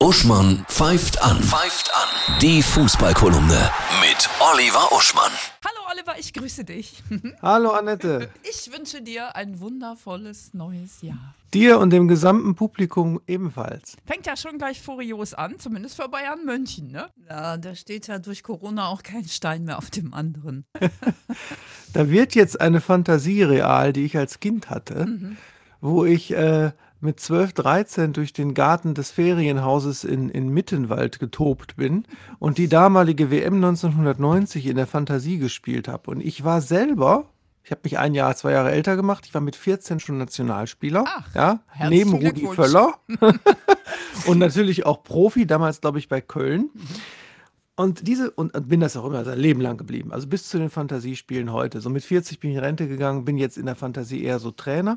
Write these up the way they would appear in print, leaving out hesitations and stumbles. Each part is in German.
Uschmann pfeift an. Die Fußballkolumne mit Oliver Uschmann. Hallo Oliver, ich grüße dich. Hallo Annette. Ich wünsche dir ein wundervolles neues Jahr. Dir und dem gesamten Publikum ebenfalls. Fängt ja schon gleich furios an, zumindest für Bayern München, ne? Ja, da steht ja durch Corona auch kein Stein mehr auf dem anderen. Da wird jetzt eine Fantasie real, die ich als Kind hatte, wo ich mit 12, 13 durch den Garten des Ferienhauses in Mittenwald getobt bin und die damalige WM 1990 in der Fantasie gespielt habe. Und ich war selber, ich habe mich 2 Jahre älter gemacht, ich war mit 14 schon Nationalspieler, Ach, ja, herzlichen neben Rudi Glückwunsch. Völler und natürlich auch Profi, damals glaube ich bei Köln. Und bin das auch immer sein Leben lang geblieben. Also bis zu den Fantasiespielen heute. So mit 40 bin ich in Rente gegangen, bin jetzt in der Fantasie eher so Trainer.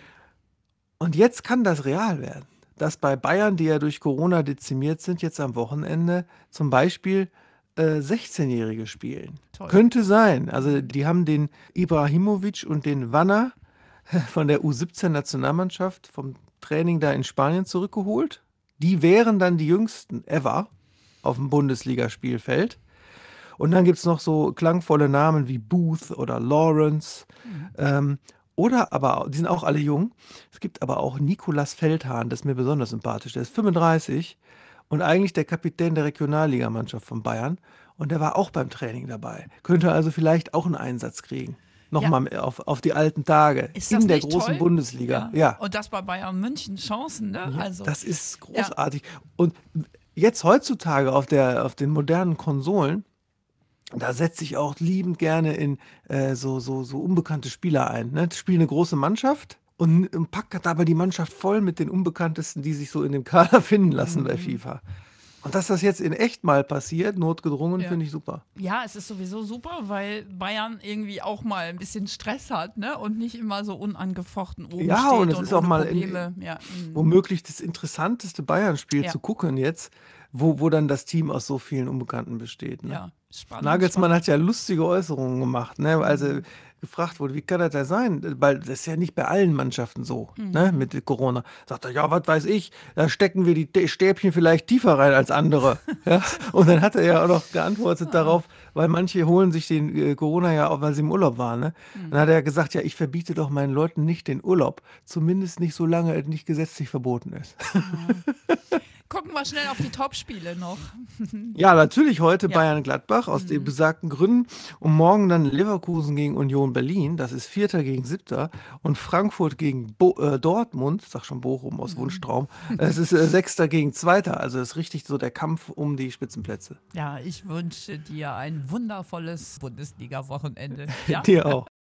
Und jetzt kann das real werden. Dass bei Bayern, die ja durch Corona dezimiert sind, jetzt am Wochenende zum Beispiel 16-Jährige spielen. Toll. Könnte sein. Also die haben den Ibrahimovic und den Wanner von der U17-Nationalmannschaft vom Training da in Spanien zurückgeholt. Die wären dann die jüngsten ever auf dem Bundesligaspielfeld. Und dann gibt es noch so klangvolle Namen wie Booth oder Lawrence. Oder aber, die sind auch alle jung. Es gibt aber auch Nicolas Feldhahn, das ist mir besonders sympathisch. Der ist 35 und eigentlich der Kapitän der Regionalligamannschaft von Bayern. Und der war auch beim Training dabei. Könnte also vielleicht auch einen Einsatz kriegen. Nochmal auf die alten Tage. Ist das in der nicht großen toll? Bundesliga. Ja. Und das bei Bayern München Chancen, ne? Ja, Also, das ist großartig. Und jetzt heutzutage auf den modernen Konsolen, da setze ich auch liebend gerne in so unbekannte Spieler ein. Ne? Spiele eine große Mannschaft und packt dabei die Mannschaft voll mit den Unbekanntesten, die sich so in dem Kader finden lassen bei FIFA. Und dass das jetzt in echt mal passiert, notgedrungen, Ja. finde ich super. ja, es ist sowieso super, weil Bayern irgendwie auch mal ein bisschen Stress hat, ne? Und nicht immer so unangefochten oben Ja, steht und es ist auch ohne mal Probleme. womöglich das interessanteste Bayern-Spiel Ja. zu gucken jetzt, wo dann das Team aus so vielen Unbekannten besteht. Ne? Ja, spannend. Nagelsmann hat ja lustige Äußerungen gemacht, ne? Als er gefragt wurde, wie kann das da sein? Weil das ist ja nicht bei allen Mannschaften so, ne? Mit Corona. Sagt er, ja, was weiß ich, da stecken wir die Stäbchen vielleicht tiefer rein als andere. Ja? Und dann hat er ja auch noch geantwortet darauf, weil manche holen sich den Corona ja auch, weil sie im Urlaub waren. Ne? Dann hat er gesagt, ja, ich verbiete doch meinen Leuten nicht den Urlaub. Zumindest nicht, solange es nicht gesetzlich verboten ist. Gucken wir schnell auf die Topspiele noch. Ja, natürlich heute Ja. Bayern-Gladbach aus den besagten Gründen und morgen dann Leverkusen gegen Union Berlin, das ist Vierter gegen Siebter und Frankfurt gegen Dortmund, sag schon Bochum aus Wunschtraum, es ist Sechster gegen Zweiter, also es ist richtig so der Kampf um die Spitzenplätze. Ja, ich wünsche dir ein wundervolles Bundesliga-Wochenende. Ja? Dir auch.